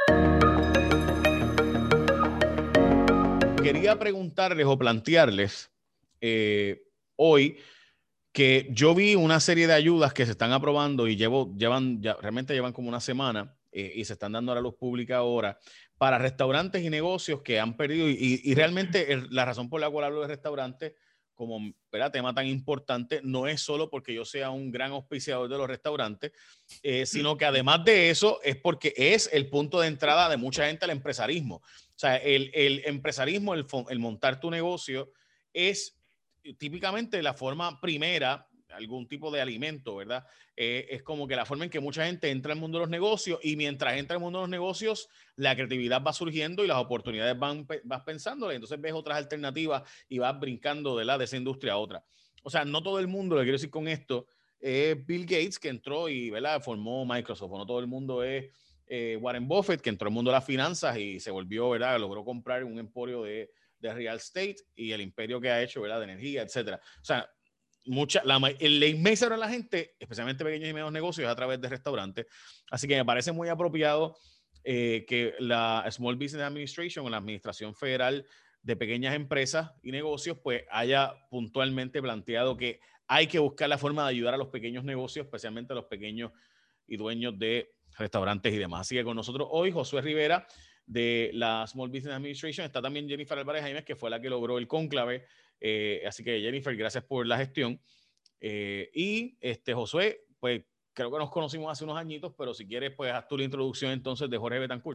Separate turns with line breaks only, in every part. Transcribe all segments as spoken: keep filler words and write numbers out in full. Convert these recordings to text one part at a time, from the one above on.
Quería preguntarles o plantearles eh, hoy que yo vi una serie de ayudas que se están aprobando y llevo, llevan, ya, realmente llevan como una semana eh, y se están dando a la luz pública ahora para restaurantes y negocios que han perdido y, y realmente el, la razón por la cual hablo de restaurantes como ¿verdad? Tema tan importante no es solo porque yo sea un gran auspiciador de los restaurantes, eh, sino que además de eso es porque es el punto de entrada de mucha gente al empresarismo. O sea, el, el empresarismo, el, el montar tu negocio es típicamente la forma primera, algún tipo de alimento, ¿verdad? Eh, es como que la forma en que mucha gente entra al mundo de los negocios y mientras entra al mundo de los negocios, la creatividad va surgiendo y las oportunidades van, vas pensando, entonces ves otras alternativas y vas brincando de, la, de esa industria a otra. O sea, no todo el mundo, le quiero decir con esto, es eh, Bill Gates que entró y ¿verdad? Formó Microsoft, no todo el mundo es eh, Warren Buffett que entró al mundo de las finanzas y se volvió, ¿verdad? Logró comprar un emporio de de real estate y el imperio que ha hecho, ¿verdad? De energía, etcétera. O sea, mucha, la, el inmensa de la gente, especialmente pequeños y medianos negocios, es a través de restaurantes. Así que me parece muy apropiado eh, que la Small Business Administration o la Administración Federal de Pequeñas Empresas y Negocios, pues haya puntualmente planteado que hay que buscar la forma de ayudar a los pequeños negocios, especialmente a los pequeños y dueños de restaurantes y demás. Así que con nosotros hoy, Josué Rivera, de la Small Business Administration, está también Jennifer Álvarez Jaimes, que fue la que logró el cónclave. Eh, así que Jennifer, gracias por la gestión. Eh, y este Josué, pues creo que nos conocimos hace unos añitos, pero si quieres, pues haz tú la introducción entonces de Jorge Betancourt.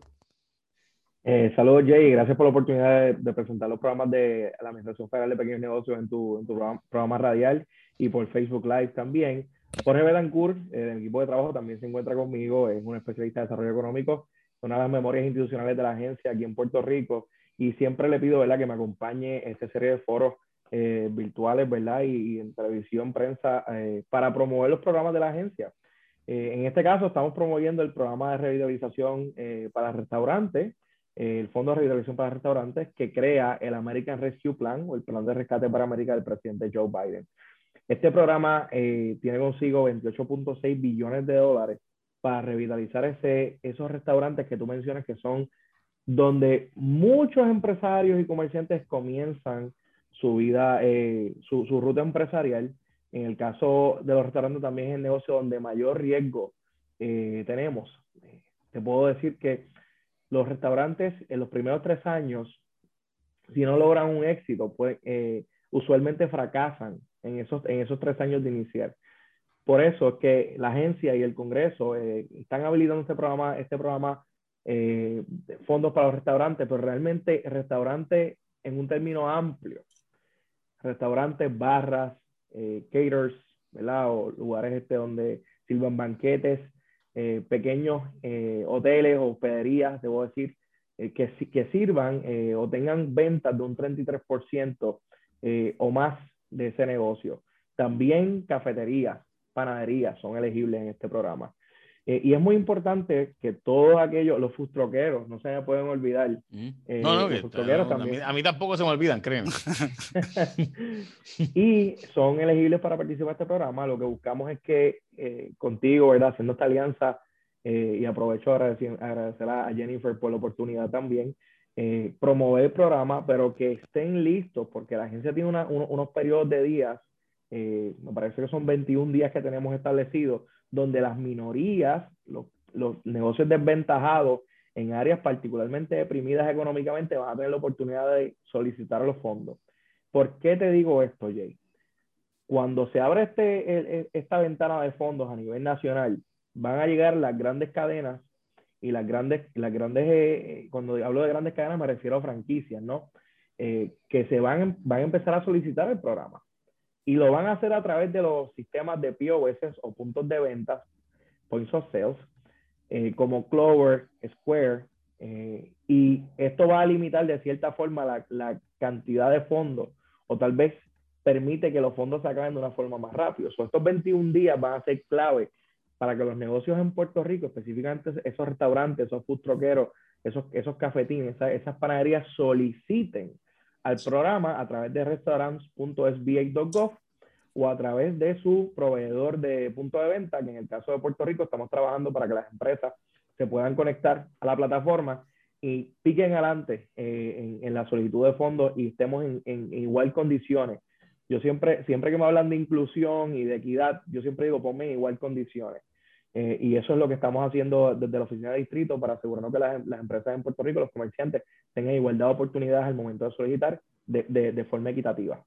Eh, saludos, Jay, gracias por la oportunidad de, de presentar los programas de la Administración Federal de Pequeños Negocios en tu, en tu programa, programa radial y por Facebook Live también. Jorge Betancourt, eh, del equipo de trabajo, también se encuentra conmigo, es un especialista de desarrollo económico, una de las memorias institucionales de la agencia aquí en Puerto Rico, y siempre le pido, ¿verdad?, que me acompañe en esta serie de foros eh, virtuales, ¿verdad?, y, y en televisión, prensa, eh, para promover los programas de la agencia. Eh, en este caso, estamos promoviendo el programa de revitalización eh, para restaurantes, eh, el Fondo de Revitalización para Restaurantes, que crea el American Rescue Plan, o el Plan de Rescate para América del presidente Joe Biden. Este programa eh, tiene consigo veintiocho punto seis billones de dólares para revitalizar ese, esos restaurantes que tú mencionas, que son donde muchos empresarios y comerciantes comienzan su vida, eh, su, su ruta empresarial. En el caso de los restaurantes también es el negocio donde mayor riesgo eh, tenemos. Eh, te puedo decir que los restaurantes en los primeros tres años, si no logran un éxito, pues eh, usualmente fracasan en esos, en esos tres años de iniciar. Por eso es que la agencia y el Congreso eh, están habilitando este programa, este programa eh, de fondos para los restaurantes, pero realmente restaurantes en un término amplio. Restaurantes, barras, eh, caterers, ¿verdad? O lugares este donde sirvan banquetes, eh, pequeños eh, hoteles o hospederías, debo decir, eh, que, que sirvan eh, o tengan ventas de un treinta y tres por ciento eh, o más de ese negocio. También cafeterías, panaderías son elegibles en este programa. Eh, y es muy importante que todos aquellos, los food truckeros, no se me pueden olvidar.
Mm.
Eh,
No, no,
los
que,
food truckeros
no, a, mí,
también.
a mí tampoco se me olvidan, créeme.
Y son elegibles para participar en este programa. Lo que buscamos es que eh, contigo, ¿verdad?, haciendo esta alianza, eh, y aprovecho a agradecer, agradecer a Jennifer por la oportunidad también, eh, promover el programa, pero que estén listos, porque la agencia tiene una, uno, unos periodos de días, eh, me parece que son veintiún días que tenemos establecidos, donde las minorías, los, los negocios desventajados en áreas particularmente deprimidas económicamente, van a tener la oportunidad de solicitar los fondos. ¿Por qué te digo esto, Jay? Cuando se abre este, esta ventana de fondos a nivel nacional, van a llegar las grandes cadenas y las grandes, las grandes eh, cuando hablo de grandes cadenas me refiero a franquicias, ¿no? Eh, que se van, van a empezar a solicitar el programa. Y lo van a hacer a través de los sistemas de P O S o puntos de ventas, Points of Sales, eh, como Clover, Square, eh, y esto va a limitar de cierta forma la, la cantidad de fondos, o tal vez permite que los fondos se acaben de una forma más rápida. So, estos veintiún días van a ser clave para que los negocios en Puerto Rico, específicamente esos restaurantes, esos food truckeros, esos, esos cafetines, esas, esas panaderías, soliciten al programa a través de restaurants punto s b a punto gov o a través de su proveedor de punto de venta, que en el caso de Puerto Rico estamos trabajando para que las empresas se puedan conectar a la plataforma y piquen adelante eh, en, en la solicitud de fondos y estemos en, en, en igual condiciones. Yo siempre, siempre que me hablan de inclusión y de equidad, yo siempre digo, ponme en igual condiciones. Eh, y eso es lo que estamos haciendo desde la oficina de distrito para asegurarnos que las, las empresas en Puerto Rico, los comerciantes, tengan igualdad de oportunidades al momento de solicitar de, de, de forma equitativa.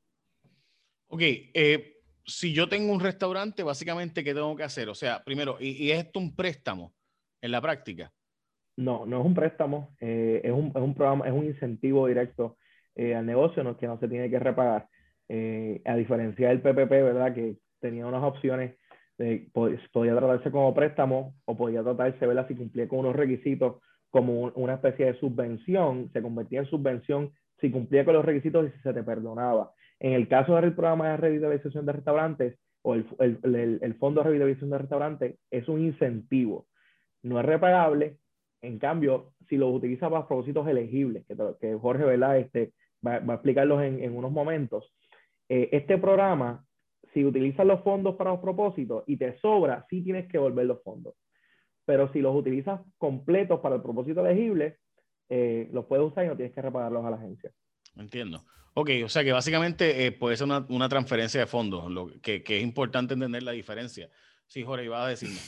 Ok, eh, si yo tengo un restaurante, básicamente, ¿qué tengo que hacer? O sea, primero, ¿y, y es esto un préstamo en la práctica?
No, no es un préstamo, eh, es, un, es un programa, es un incentivo directo eh, al negocio, no, que no se tiene que repagar. Eh, a diferencia del P P P, ¿verdad? Que tenía unas opciones, de, podía tratarse como préstamo o podía tratarse, ¿verdad? Si cumplía con unos requisitos como un, una especie de subvención, se convertía en subvención si cumplía con los requisitos y si se te perdonaba. En el caso del programa de revitalización de restaurantes o el, el, el, el Fondo de Revitalización de Restaurantes, es un incentivo, no es repagable. En cambio, si los utilizas para propósitos elegibles, que, que Jorge, ¿verdad? Este, va, va a explicarlos en, en unos momentos, eh, este programa, si utilizas los fondos para los propósitos y te sobra, sí tienes que volver los fondos. Pero si los utilizas completos para el propósito elegible, eh, los puedes usar y no tienes que repagarlos a la agencia.
Entiendo. Ok, o sea que básicamente eh, puede ser una, una transferencia de fondos, lo que, que es importante entender la diferencia. Sí, Jorge, ibas a decirme.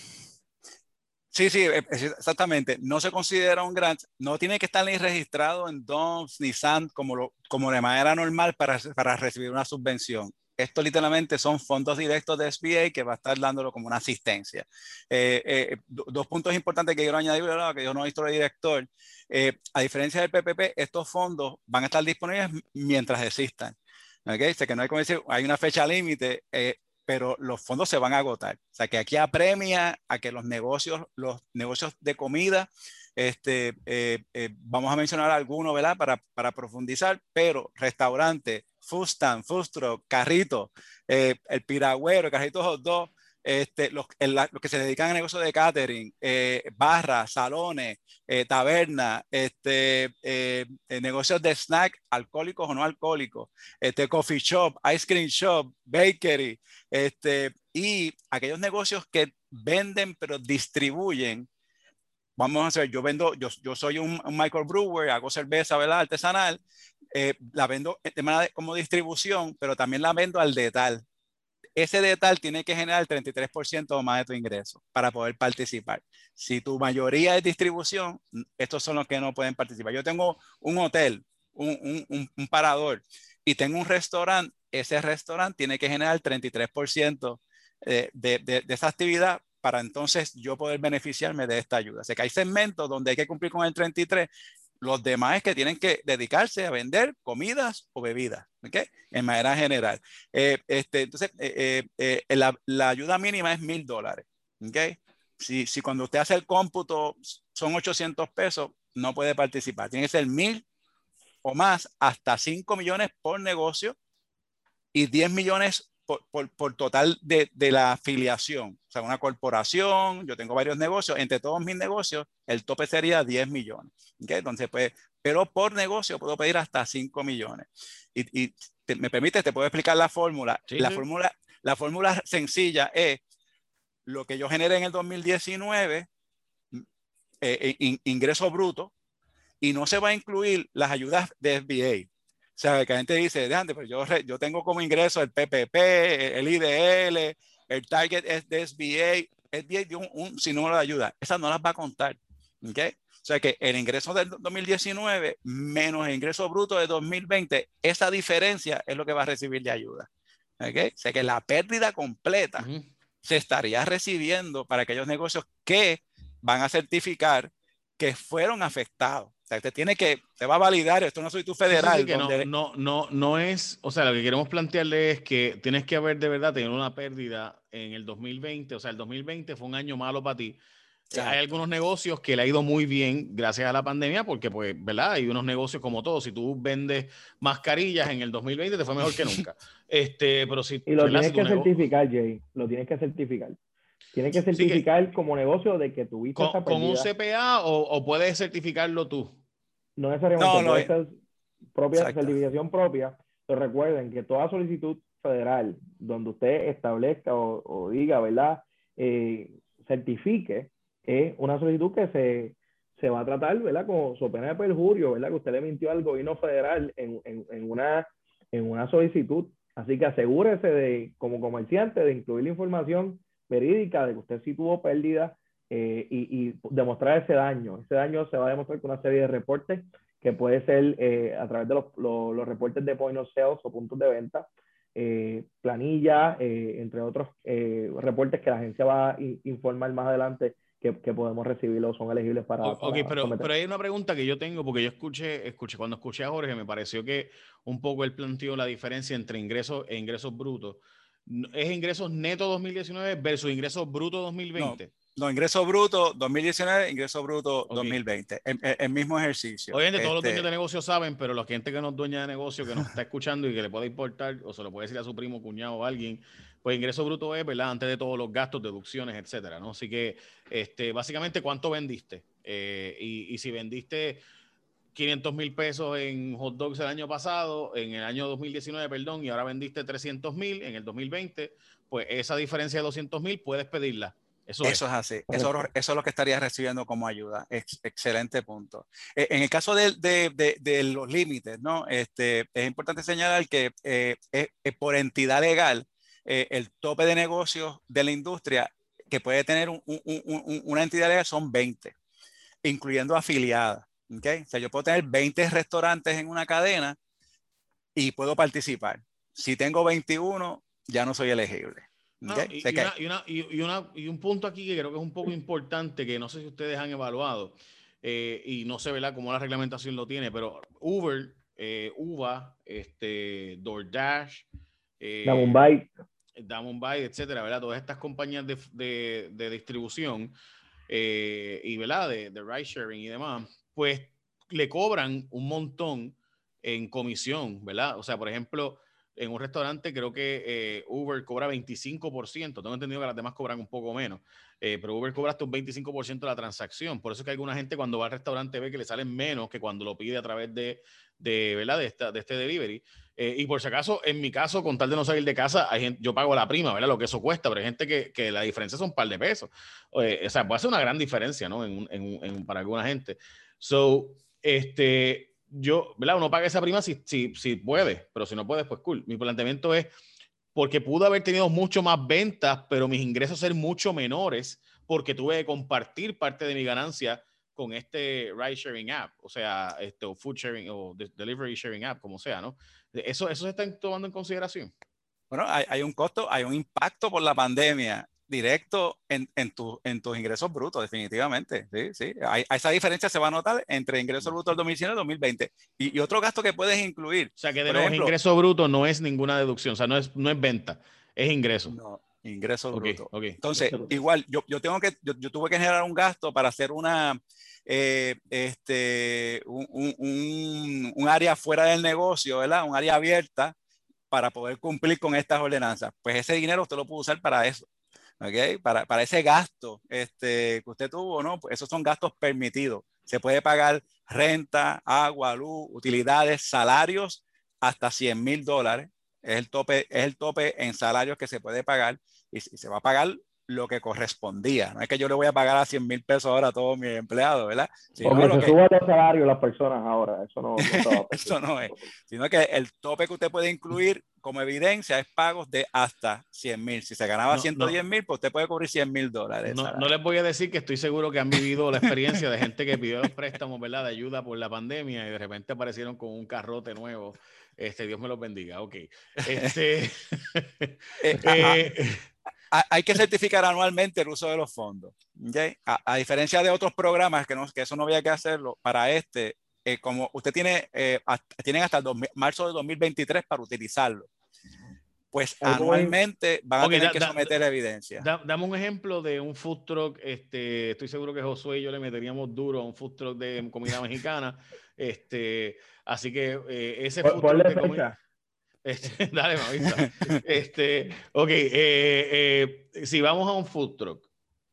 Sí, sí, exactamente. No se considera un grant, no tiene que estar ni registrado en D O M S ni S A N como, lo, como de manera normal para, para recibir una subvención. Esto literalmente son fondos directos de S B A que va a estar dándolo como una asistencia. Eh, eh, dos puntos importantes que quiero añadir, ¿verdad? Que yo no he visto el director. Eh, a diferencia del P P P, estos fondos van a estar disponibles mientras existan. ¿Okay? O sea, que no hay como decir, hay una fecha límite. Eh, pero los fondos se van a agotar. O sea, que aquí apremia a que los negocios, los negocios de comida, este, eh, eh, vamos a mencionar algunos, ¿verdad? Para, para profundizar, pero restaurante, food stand, food truck, carrito, eh, el piragüero, el carrito hot dog, este, los, el, los que se dedican a negocios de catering, eh, barras, salones, eh, tabernas, este, eh, eh, negocios de snack, alcohólicos o no alcohólicos, este, coffee shop, ice cream shop, bakery, este, y aquellos negocios que venden pero distribuyen. Vamos a hacer, yo vendo, yo, yo soy un, un microbrewer, hago cerveza, ¿verdad? Artesanal, eh, la vendo de manera de, como distribución, pero también la vendo al detal. Ese detal tiene que generar el treinta y tres por ciento o más de tu ingreso para poder participar. Si tu mayoría es distribución, estos son los que no pueden participar. Yo tengo un hotel, un, un, un parador y tengo un restaurante. Ese restaurante tiene que generar el treinta y tres por ciento de, de, de, de esa actividad para entonces yo poder beneficiarme de esta ayuda. O sea que hay segmentos donde hay que cumplir con el treinta y tres. Los demás es que tienen que dedicarse a vender comidas o bebidas, ¿okay? En manera general. Eh, este, entonces, eh, eh, eh, la, la ayuda mínima es mil dólares, ¿okay? Si, si cuando usted hace el cómputo son ochocientos pesos, no puede participar. Tiene que ser mil o más, hasta cinco millones por negocio y diez millones por, por, por total de, de la afiliación. O sea, una corporación, yo tengo varios negocios, entre todos mis negocios, el tope sería diez millones. ¿Okay? Entonces, pues, pero por negocio puedo pedir hasta cinco millones. Y, y te, me permite, te puedo explicar la fórmula.
Sí,
la
sí.
fórmula. La fórmula sencilla es lo que yo generé en el dos mil diecinueve, eh, in, ingreso bruto, y no se va a incluir las ayudas de S B A. O sea, que la gente dice, déjate, pero yo, yo tengo como ingreso el P P P, el I D L, el Target de S B A. S B A dio un, un sinnúmero de ayudas. Esas no las va a contar. ¿Okay? O sea que el ingreso del dos mil diecinueve menos el ingreso bruto de dos mil veinte, esa diferencia es lo que va a recibir de ayuda. ¿Okay? O sea que la pérdida completa uh-huh. se estaría recibiendo para aquellos negocios que van a certificar que fueron afectados. O sea, usted tiene que, te va a validar, esto no soy tu federal.
Sí, sí, sí, que
donde...
no, no, no, no es, o sea, lo que queremos plantearle es que tienes que haber de verdad tenido una pérdida en el dos mil veinte, o sea, el dos mil veinte fue un año malo para ti. Eh, hay algunos negocios que le ha ido muy bien gracias a la pandemia porque, pues, ¿verdad? Hay unos negocios como todos. Si tú vendes mascarillas en el dos mil veinte te fue mejor que nunca. Este, pero si,
y lo
¿verdad?
tienes
Si
que
nego...
certificar, Jay, lo tienes que certificar. Tienes que certificar sí que, como negocio de que tuviste
con,
esa pérdida.
¿Con un C P A o, o puedes certificarlo tú?
No necesariamente,
no, no,
puede ser propia,
exacto.
certificación propia, pero recuerden que toda solicitud federal donde usted establezca o, o diga, ¿verdad? Eh, certifique es una solicitud que se, se va a tratar, ¿verdad? Con su pena de perjurio, ¿verdad? Que usted le mintió al gobierno federal en, en, en, una, en una solicitud. Así que asegúrese de, como comerciante, de incluir la información verídica de que usted sí tuvo pérdida eh, y, y demostrar ese daño. Ese daño se va a demostrar con una serie de reportes que puede ser eh, a través de los, los, los reportes de point of sales o puntos de venta, eh, planilla, eh, entre otros eh, reportes que la agencia va a informar más adelante que, que podemos recibir o son elegibles para,
Ok,
para
pero,
someter.
pero hay una pregunta que yo tengo, porque yo escuché, escuché, cuando escuché a Jorge, me pareció que un poco él planteó la diferencia entre ingresos e ingresos brutos. ¿Es ingresos netos dos mil diecinueve versus ingresos brutos dos mil veinte?
No. No, ingreso bruto dos mil diecinueve, ingreso bruto
Okay.
dos mil veinte. El, el, el mismo ejercicio.
Obviamente
este...
todos los dueños de negocio saben, pero la gente que no es dueña de negocio, que nos está escuchando y que le puede importar, o se lo puede decir a su primo, cuñado o alguien, pues ingreso bruto es, ¿verdad? Antes de todos los gastos, deducciones, etcétera, ¿no? Así que, este, básicamente, ¿cuánto vendiste? Eh, y, y si vendiste quinientos mil pesos en hot dogs el año pasado, en el año dos mil diecinueve, perdón, y ahora vendiste trescientos mil en el dos mil veinte, pues esa diferencia de doscientos mil puedes pedirla. Eso,
eso es, es así. Eso, eso es lo que estarías recibiendo como ayuda. Ex, excelente punto. Eh, en el caso de, de, de, de los límites, ¿no? Este, es importante señalar que eh, eh, por entidad legal, eh, el tope de negocios de la industria que puede tener un, un, un, una entidad legal son veinte, incluyendo afiliadas. ¿Okay? O sea, yo puedo tener veinte restaurantes en una cadena y puedo participar. Si tengo veintiuno, ya no soy elegible.
No,
¿Okay?
y,
O sea
y,
que,
una, y, una, y, una, y un punto aquí que creo que es un poco importante, que no sé si ustedes han evaluado, eh, y no sé, ¿verdad?, cómo la reglamentación lo tiene, pero Uber, eh, Uva, este, DoorDash, eh,
Damon Bite,
Damon Bite, etcétera, ¿verdad? Todas estas compañías de, de, de distribución eh, y, ¿verdad?, de, de ride sharing y demás, pues le cobran un montón en comisión, ¿verdad? O sea, por ejemplo, en un restaurante creo que eh, Uber cobra veinticinco por ciento. Tengo entendido que las demás cobran un poco menos, eh, pero Uber cobra hasta un veinticinco por ciento de la transacción. Por eso es que alguna gente cuando va al restaurante ve que le salen menos que cuando lo pide a través de, de, ¿verdad?, de, esta, de este delivery. Eh, y por si acaso, en mi caso, con tal de no salir de casa, hay gente, yo pago la prima, ¿verdad?, lo que eso cuesta, pero hay gente que, que la diferencia son un par de pesos. Eh, o sea, puede ser una gran diferencia, ¿no? En, en, en, para alguna gente. So, este... yo, ¿verdad? Uno paga esa prima si, si, si puede, pero si no puedes, pues cool. Mi planteamiento es porque pude haber tenido mucho más ventas, pero mis ingresos ser mucho menores porque tuve que compartir parte de mi ganancia con este ride sharing app, o sea, este, o food sharing o delivery sharing app, como sea, ¿no? Eso, eso se está tomando en consideración.
Bueno, hay, hay un costo, hay un impacto por la pandemia directo en, en, tu, en tus ingresos brutos, definitivamente. Sí, sí. Hay, esa diferencia se va a notar entre ingresos brutos del dos mil diecinueve y dos mil veinte. Y, y otro gasto que puedes incluir.
O sea, que de
por
nuevo,
ejemplo,
ingreso bruto no es ninguna deducción, o sea, no es, no es venta, es ingreso.
No, ingreso
Ok,
bruto.
ok.
Entonces, igual, yo, yo tengo que, yo, yo tuve que generar un gasto para hacer una, eh, este, un, un, un área fuera del negocio, ¿verdad? Un área abierta para poder cumplir con estas ordenanzas. Pues ese dinero usted lo puede usar para eso. ¿Ok? Para, para ese gasto este, que usted tuvo, ¿no? Pues esos son gastos permitidos. Se puede pagar renta, agua, luz, utilidades, salarios hasta cien mil dólares. Es el tope, es el tope en salarios que se puede pagar y, y se va a pagar lo que correspondía. No es que yo le voy a pagar a cien mil pesos ahora a todos mis empleados, ¿verdad?
Sino o que se que... suban los salarios las personas ahora. Eso no, no se va a
Eso no es. Sino que el tope que usted puede incluir como evidencia es pagos de hasta cien mil. Si se ganaba no, ciento diez mil, no. pues usted puede cubrir cien mil dólares.
No, no les voy a decir que estoy seguro que han vivido la experiencia de gente que pidió los préstamos, ¿verdad?, de ayuda por la pandemia y de repente aparecieron con un carrote nuevo. Este, Dios me los bendiga. Ok. Este,
eh, eh, a, a, hay que certificar anualmente el uso de los fondos. ¿Okay? A, a diferencia de otros programas que, no, que eso no había que hacerlo, para este, eh, como usted tiene, eh, hasta, tienen hasta el dos mil, marzo de dos mil veintitrés para utilizarlo, pues anualmente van a okay, tener da, que someter
da,
evidencia.
Da, dame un ejemplo de un food truck. Este, estoy seguro que Josué y yo le meteríamos duro a un food truck de comida mexicana. Este, así que eh, ese food truck de comida. Este, dale, me avisa. Este, ok, eh, eh, si vamos a un food truck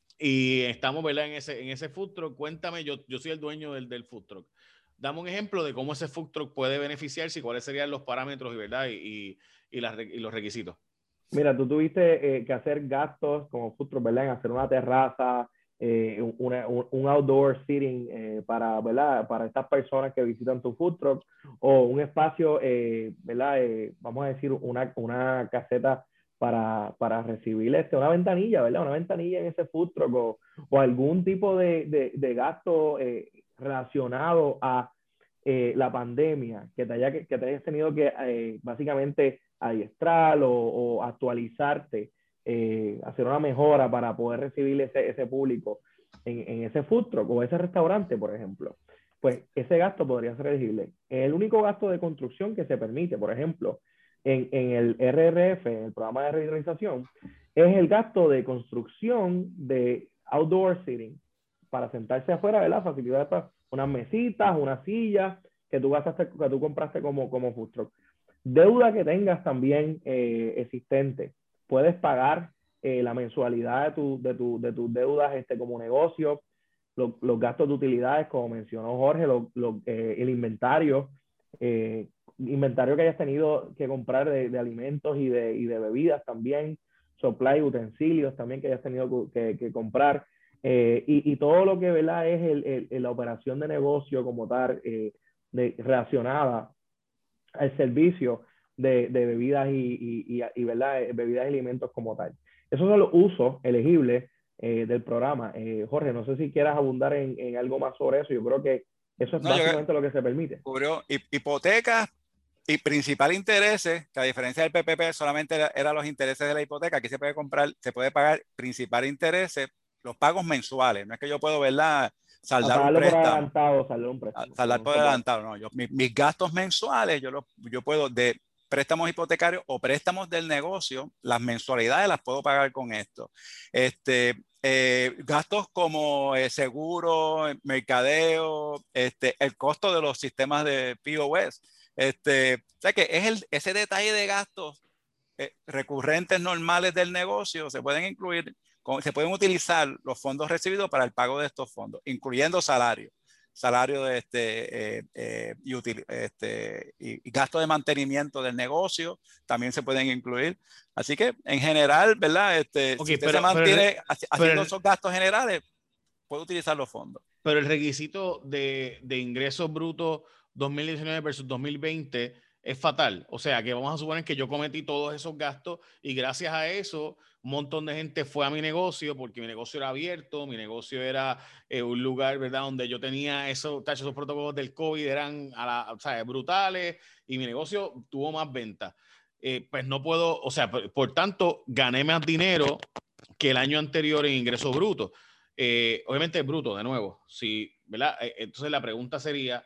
y estamos, ¿verdad?, en ese, en ese food truck, cuéntame, yo, yo soy el dueño del, del food truck. Dame un ejemplo de cómo ese food truck puede beneficiarse y cuáles serían los parámetros, ¿verdad?, y, y, y, las, y los requisitos.
Mira, tú tuviste eh, que hacer gastos como food truck, ¿verdad?, en hacer una terraza, eh, una, un, un outdoor seating eh, para, ¿verdad? Para estas personas que visitan tu food truck, o un espacio, eh, ¿verdad? Eh, vamos a decir, una, una caseta para, para recibir este, una ventanilla, ¿verdad? Una ventanilla en ese food truck, o, o algún tipo de, de, de gasto eh, relacionado a eh, la pandemia, que te, haya, que, que te hayas tenido que eh, básicamente adiestrar o, o actualizarte, eh, hacer una mejora para poder recibir ese, ese público en, en ese food truck o ese restaurante, por ejemplo, pues ese gasto podría ser elegible. El único gasto de construcción que se permite, por ejemplo, en, en el R R F, en el programa de revitalización, es el gasto de construcción de outdoor seating, para sentarse afuera, ¿verdad? Facilidades para unas mesitas, unas sillas que tú gastaste, que tú compraste como, como food truck. Deuda que tengas también eh, existente. Puedes pagar eh, la mensualidad de, tu, de, tu, de tus deudas este, como negocio, lo, los gastos de utilidades, como mencionó Jorge, lo, lo, eh, el inventario, eh, inventario que hayas tenido que comprar de, de alimentos y de, y de bebidas también, supply, utensilios también que hayas tenido que, que comprar. Eh, y, y todo lo que, ¿verdad? Es el, el, la operación de negocio como tal, eh, de, relacionada al servicio de, de bebidas y, y, y, y, ¿verdad? Bebidas y alimentos como tal. Esos son los usos elegibles eh, del programa. Eh, Jorge, no sé si quieras abundar en, en, algo más sobre eso. Yo creo que eso es no, básicamente yo, lo que se permite.
Cubrió hipotecas y principal intereses, que a diferencia del P P P solamente eran era los intereses de la hipoteca. Aquí se puede comprar, se puede pagar principal intereses, los pagos mensuales. No es que yo puedo, ¿verdad?, saldar un préstamo.
Por adelantado, saldar un préstamo.
Saldar por adelantado, no. Yo, mis, mis gastos mensuales, yo, lo, yo puedo, de préstamos hipotecarios o préstamos del negocio, las mensualidades las puedo pagar con esto. Este, eh, gastos como eh, seguro, mercadeo, este, el costo de los sistemas de P O S. Este, o sea que es el, ese detalle de gastos eh, recurrentes normales del negocio, se pueden incluir, se pueden utilizar los fondos recibidos para el pago de estos fondos, incluyendo salarios, salario de este, eh, eh, y, util, este, y, y gasto de mantenimiento del negocio también se pueden incluir. Así que en general, ¿verdad? Este, okay, si usted pero, se mantiene pero, haciendo pero, esos gastos generales, puede utilizar los fondos.
Pero el requisito de, de ingresos brutos dos mil diecinueve versus dos mil veinte es fatal. O sea, que vamos a suponer que yo cometí todos esos gastos y gracias a eso un montón de gente fue a mi negocio porque mi negocio era abierto, mi negocio era eh, un lugar, ¿verdad?, donde yo tenía esos, esos protocolos del COVID, eran a la, o sea, brutales, y mi negocio tuvo más ventas. Eh, pues no puedo, o sea, por, por tanto, gané más dinero que el año anterior en ingresos brutos. Eh, obviamente es bruto, de nuevo. Sí, ¿verdad? Eh, entonces la pregunta sería,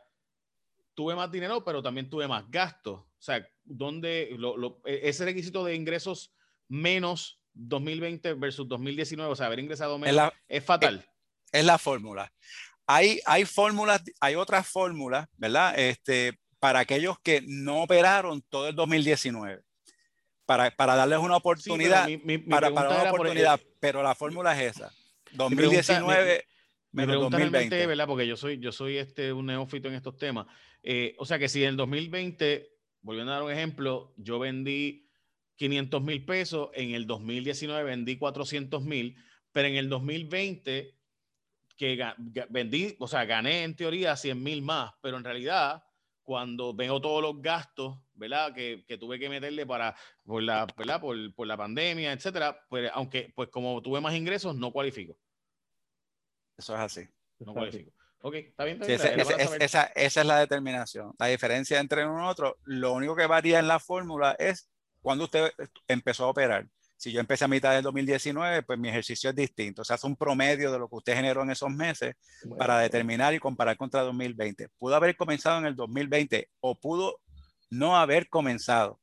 tuve más dinero, pero también tuve más gastos. O sea, ¿dónde lo, lo, ese requisito de ingresos menos dos mil veinte versus dos mil diecinueve, o sea, haber ingresado menos, es, la, es fatal?
Es, es la fórmula. Hay, hay fórmulas, hay otras fórmulas, ¿verdad? Este, para aquellos que no operaron todo el dos mil diecinueve. Para, para darles una oportunidad, sí, mi, mi, mi para, para una oportunidad, el, pero la fórmula es esa. dos mil diecinueve
mi, mi, mi pregunta realmente, ¿verdad? Porque yo soy, yo soy este, un neófito en estos temas. Eh, o sea que si en el dos mil veinte, volviendo a dar un ejemplo, yo vendí quinientos mil pesos, en el dos mil diecinueve vendí cuatrocientos mil, pero en el dos mil veinte que vendí, o sea, gané en teoría cien mil más, pero en realidad cuando veo todos los gastos, ¿verdad?, que, que tuve que meterle para, por la, ¿verdad?, por, por la pandemia, etcétera, pues aunque, pues como tuve más ingresos, no cualifico.
Eso es así.
No cualifico. Ok, está bien. Está
bien. Sí, ese, ese, esa, esa, esa es la determinación. La diferencia entre uno y otro, lo único que varía en la fórmula es cuando usted empezó a operar. Si yo empecé a mitad del dos mil diecinueve, pues mi ejercicio es distinto. O sea, es un promedio de lo que usted generó en esos meses bueno, para determinar y comparar contra dos mil veinte. Pudo haber comenzado en el dos mil veinte o pudo no haber comenzado.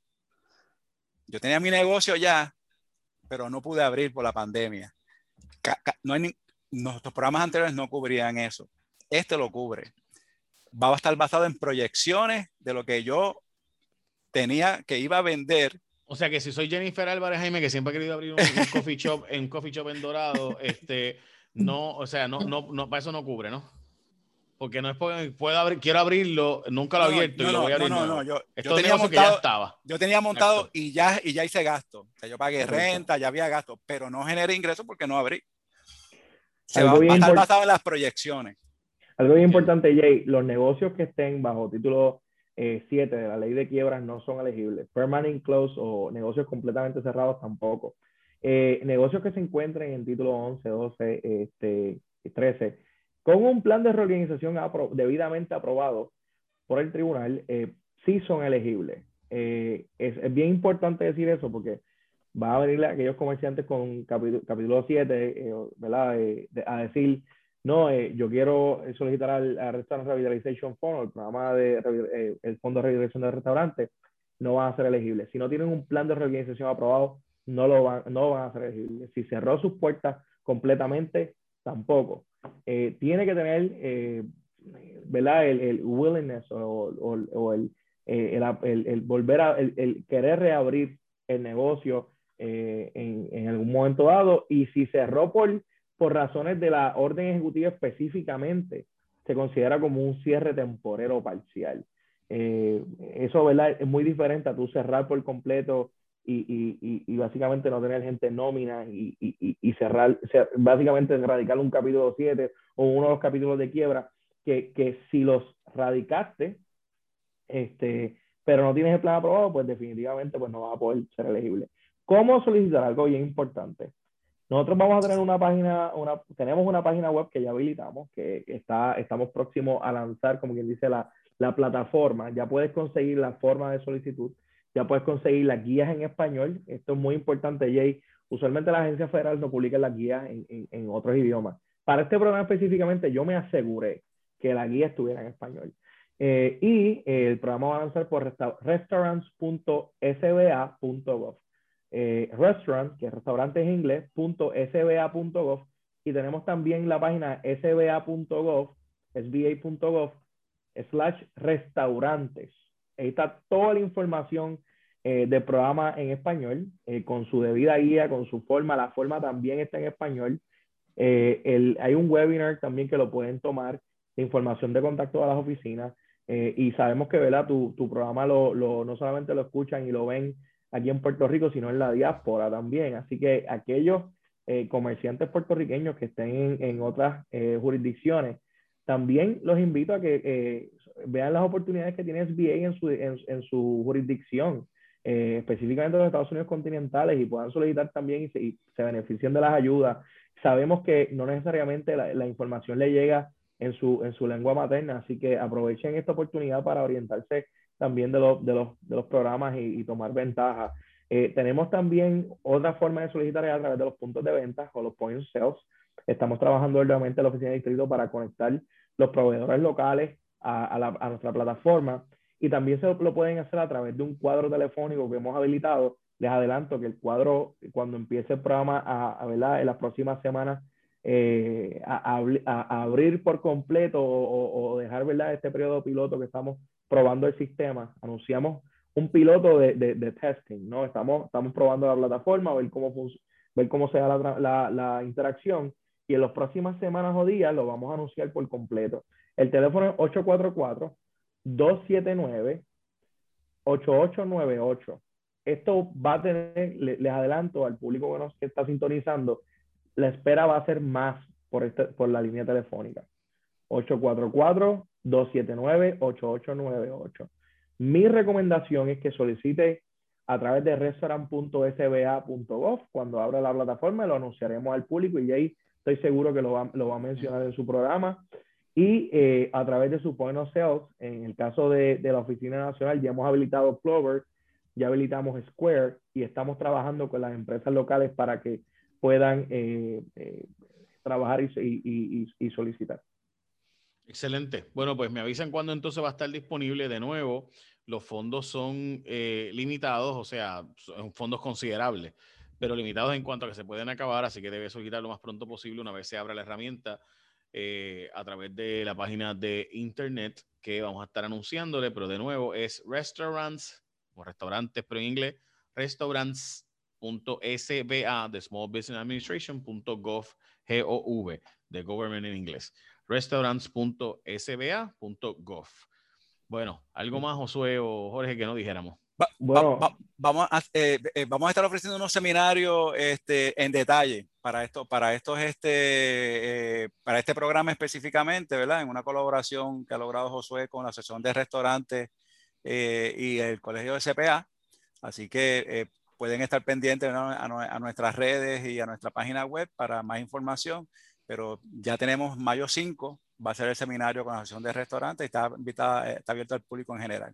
Yo tenía mi negocio ya, pero no pude abrir por la pandemia. No hay ni, nuestros programas anteriores no cubrían eso. Este lo cubre. Va a estar basado en proyecciones de lo que yo tenía que iba a vender.
O sea que si soy Jennifer Álvarez Jaime, que siempre ha querido abrir un, un coffee shop, en un coffee shop en Dorado, este, no, o sea, no, no, no, para eso no cubre, ¿no? Porque no es porque puedo abrir, quiero abrirlo, nunca lo he abierto
no,
y lo voy a abrir.
No, no,
nuevo.
no, yo,
Esto
yo tenía montado,
que ya estaba.
Yo tenía montado y ya, y ya hice gasto. O sea, yo pagué renta, ya había gasto, pero no generé ingresos porque no abrí. Se va, va a estar basado en las proyecciones.
Algo bien importante, Jay, los negocios que estén bajo título eh, siete de la ley de quiebras no son elegibles. Permanent close o negocios completamente cerrados tampoco. Eh, negocios que se encuentren en título once, doce, este, trece, con un plan de reorganización apro debidamente aprobado por el tribunal, eh, sí son elegibles. Eh, es, es bien importante decir eso porque va a venir aquellos comerciantes con capítulo, capítulo siete, eh, ¿verdad? Eh, de, a decir, no, eh, yo quiero solicitar al, al Restaurant Revitalization Fund, el programa de eh, el Fondo de Revitalización de Restaurantes, no van a ser elegibles. Si no tienen un plan de reorganización aprobado, no lo van, no van a ser elegibles. Si cerró sus puertas completamente, tampoco. Eh, tiene que tener, eh, ¿verdad? El, el willingness o, o, o el, el, el, el, volver a, el, el querer reabrir el negocio eh, en, en algún momento dado, y si cerró por, por razones de la orden ejecutiva específicamente, se considera como un cierre temporero parcial. Eh, eso, ¿verdad? Es muy diferente a tú cerrar por completo y, y, y, y básicamente no tener gente nómina y, y, y cerrar, básicamente radicar un capítulo siete o uno de los capítulos de quiebra, que, que si los radicaste, este, pero no tienes el plan aprobado, pues definitivamente pues no vas a poder ser elegible. ¿Cómo solicitar? Algo bien importante. Nosotros vamos a tener una página, una, tenemos una página web que ya habilitamos, que está, estamos próximos a lanzar, como quien dice, la, la plataforma. Ya puedes conseguir la forma de solicitud, ya puedes conseguir las guías en español. Esto es muy importante, Jay. Usualmente la agencia federal no publica las guías en, en, en otros idiomas. Para este programa específicamente, yo me aseguré que la guía estuviera en español. Eh, y eh, el programa va a lanzar por restaurants punto s b a punto gov. Eh, restaurant, que es restaurante en inglés, punto s b a punto gov, y tenemos también la página s b a punto gov, s b a punto gov, slash restaurantes. Ahí está toda la información eh, del programa en español, eh, con su debida guía, con su forma. La forma también está en español. Eh, el, hay un webinar también que lo pueden tomar, de información de contacto a las oficinas. Eh, y sabemos que, ¿verdad? Tu, tu programa lo, lo, no solamente lo escuchan y lo ven aquí en Puerto Rico, sino en la diáspora también. Así que aquellos eh, comerciantes puertorriqueños que estén en, en otras eh, jurisdicciones, también los invito a que eh, vean las oportunidades que tiene S B A en su, en, en su jurisdicción, eh, específicamente en los Estados Unidos continentales, y puedan solicitar también y se, y se beneficien de las ayudas. Sabemos que no necesariamente la, la información le llega en su, en su lengua materna, así que aprovechen esta oportunidad para orientarse también de, lo, de, los, de los programas y, y tomar ventaja. Eh, tenemos también otra forma de solicitar a través de los puntos de venta o los point of sales. Estamos trabajando obviamente en la oficina de distrito para conectar los proveedores locales a, a, la, a nuestra plataforma, y también se lo, lo pueden hacer a través de un cuadro telefónico que hemos habilitado. Les adelanto que el cuadro, cuando empiece el programa a, a ¿verdad? En las próximas semanas, eh, a, a, a, abrir por completo o, o dejar, ¿verdad? Este periodo piloto que estamos probando el sistema, anunciamos un piloto de, de, de testing, ¿no? Estamos, estamos probando la plataforma, ver cómo, ver cómo se da la, la, la interacción, y en las próximas semanas o días lo vamos a anunciar por completo. El teléfono es ocho cuatro cuatro, dos siete nueve, ocho ocho nueve ocho. Esto va a tener, les adelanto al público que nos que está sintonizando, la espera va a ser más por, este, por la línea telefónica. ocho cuatro cuatro, dos siete nueve, ocho ocho nueve ocho. Mi recomendación es que solicite a través de restaurant punto s b a punto gov. Cuando abra la plataforma lo anunciaremos al público, y ahí estoy seguro que lo va, lo va a mencionar en su programa. Y eh, a través de su point of sales, en el caso de, de la Oficina Nacional, ya hemos habilitado Clover, ya habilitamos Square, y estamos trabajando con las empresas locales para que puedan eh, eh, trabajar y, y, y, y solicitar.
Excelente. Bueno, pues me avisan cuándo entonces va a estar disponible de nuevo. Los fondos son eh, limitados, o sea, son fondos considerables, pero limitados en cuanto a que se pueden acabar, así que debe solicitar lo más pronto posible una vez se abra la herramienta eh, a través de la página de internet que vamos a estar anunciándole, pero de nuevo es restaurants, o restaurantes, pero en inglés, restaurants punto s b a de Small Business Administration punto gov, G O V, de Government en inglés. restaurants punto s b a punto gov. Bueno, ¿algo más, Josué o Jorge, que no dijéramos?
Va,
bueno,
va, va, vamos, a, eh, eh, vamos a estar ofreciendo unos seminarios este, en detalle para esto, para estos, este, eh, para este programa específicamente, ¿verdad? En una colaboración que ha logrado Josué con la Asociación de Restaurantes eh, y el Colegio de C P A. Así que eh, pueden estar pendientes, ¿no?, a, a nuestras redes y a nuestra página web para más información. Pero ya tenemos mayo cinco, va a ser el seminario con la Asociación de Restaurantes y está, invitada, está abierto al público en general.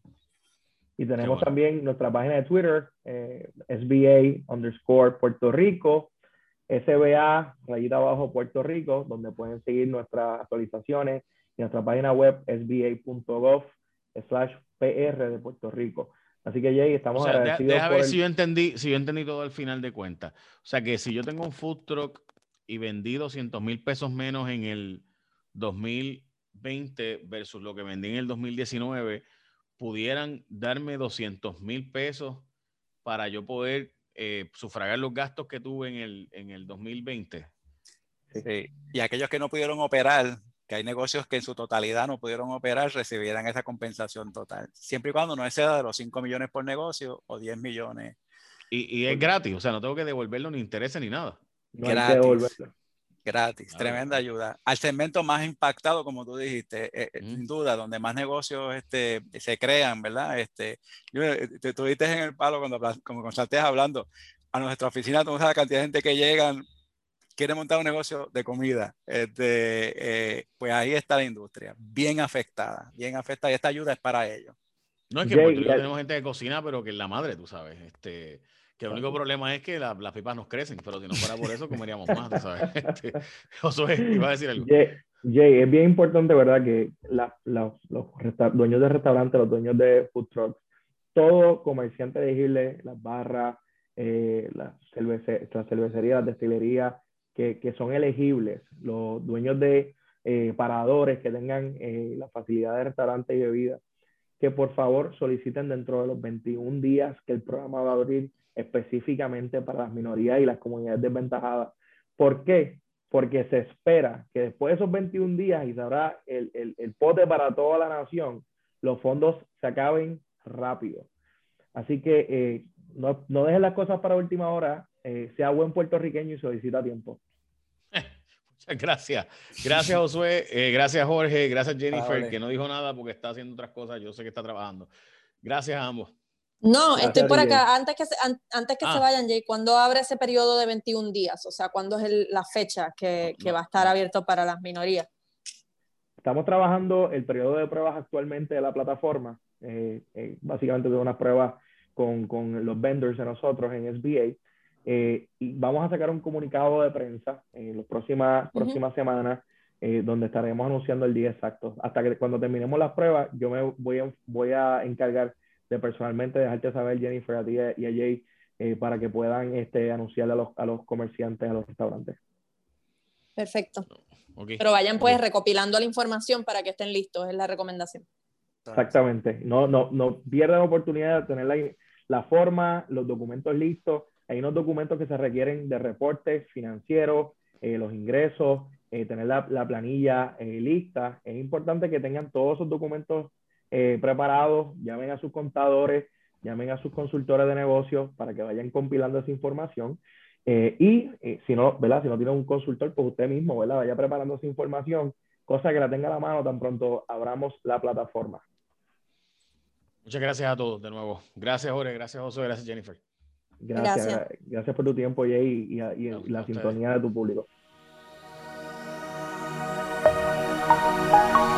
Y tenemos
bueno.
también nuestra página de Twitter, eh, S B A underscore Puerto Rico, S B A rayita abajo Puerto Rico, donde pueden seguir nuestras actualizaciones, y nuestra página web s b a punto gov slash p r de Puerto Rico. Así que Jay, estamos
o sea,
agradecidos
deja
por
ver
el...
si yo entendí, si yo entendí todo al final de cuentas. O sea, que si yo tengo un food truck y vendí doscientos mil pesos menos en el dos mil veinte versus lo que vendí en el dos mil diecinueve, pudieran darme doscientos mil pesos para yo poder eh, sufragar los gastos que tuve en el, en el dos mil veinte.
Sí. Y aquellos que no pudieron operar, que hay negocios que en su totalidad no pudieron operar, recibirán esa compensación total, siempre y cuando no exceda de los cinco millones por negocio o diez millones.
Y, y es gratis, o sea, no tengo que devolverlo ni intereses ni nada.
No hay que devolverlo.
Gratis,
Claro,
tremenda
claro.
ayuda. Al segmento más impactado, como tú dijiste, eh, mm. sin duda, donde más negocios este, se crean, ¿verdad? Este, yo, te estuviste en el palo cuando, como constantes hablando, a nuestra oficina, tú sabes la cantidad de gente que llegan, quiere montar un negocio de comida. Este, eh, pues ahí está la industria, bien afectada, bien afectada, y esta ayuda es para ellos.
No, es que en Puerto Rico tenemos gente que cocina, pero que es la madre, tú sabes. Este, que el único problema es que la, las pipas nos crecen, pero si no fuera por eso, comeríamos más, tú sabes. Este, Josué, iba a decir algo.
Jay, Jay, es bien importante, ¿verdad?, que la, la, los dueños de restaurantes, los dueños de food trucks, todo comerciante de Gile, las barras, eh, las, cervece, las cervecerías, las destilerías, que, que son elegibles, los dueños de eh, paradores que tengan eh, la facilidad de restaurantes y bebidas, que por favor soliciten dentro de los veintiún días que el programa va a abrir específicamente para las minorías y las comunidades desventajadas. ¿Por qué? Porque se espera que después de esos veintiún días y se habrá el, el, el pote para toda la nación, los fondos se acaben rápido. Así que eh, no, no dejen las cosas para última hora, eh, sea buen puertorriqueño y solicita a tiempo.
Muchas gracias. Gracias, Josué. Eh, gracias, Jorge. Gracias, Jennifer,
Vale.
que no dijo nada porque está haciendo otras cosas. Yo sé que está trabajando. Gracias a ambos.
No,
Gracias,
estoy por
D J.
acá. Antes que, se, an, antes que ah. se vayan, Jay, ¿cuándo abre ese periodo de veintiún días? O sea, ¿cuándo es el, la fecha que, no, que va a estar no. abierto para las minorías?
Estamos trabajando el periodo de pruebas actualmente de la plataforma. Eh, eh, básicamente de unas pruebas con, con los vendors de nosotros en S B A. Eh, y vamos a sacar un comunicado de prensa en las próximas, uh-huh. próximas semanas, eh, donde estaremos anunciando el día exacto. Hasta que cuando terminemos las pruebas, yo me voy a, voy a encargar de personalmente dejarte saber, Jennifer, a ti y a Jay, eh, para que puedan este, anunciarle a los, a los comerciantes, a los restaurantes.
Perfecto.
Okay.
Pero vayan pues
okay.
recopilando la información para que estén listos, es la recomendación.
Exactamente. No, no, no pierdan la oportunidad de tener la, la forma, los documentos listos. Hay unos documentos que se requieren de reportes financieros, eh, los ingresos, eh, tener la, la planilla eh, lista. Es importante que tengan todos esos documentos eh, preparados. Llamen a sus contadores, llamen a sus consultores de negocios para que vayan compilando esa información. Eh, y eh, si no, ¿verdad? Si no tienen un consultor, pues usted mismo, ¿verdad?, vaya preparando esa información, cosa que la tenga a la mano tan pronto abramos la plataforma.
Muchas gracias a todos de nuevo. Gracias, Jorge. Gracias, Josué. Gracias, Jennifer.
Gracias. Gracias, gracias por tu tiempo, Jay, y, y, y no, la sintonía de tu público.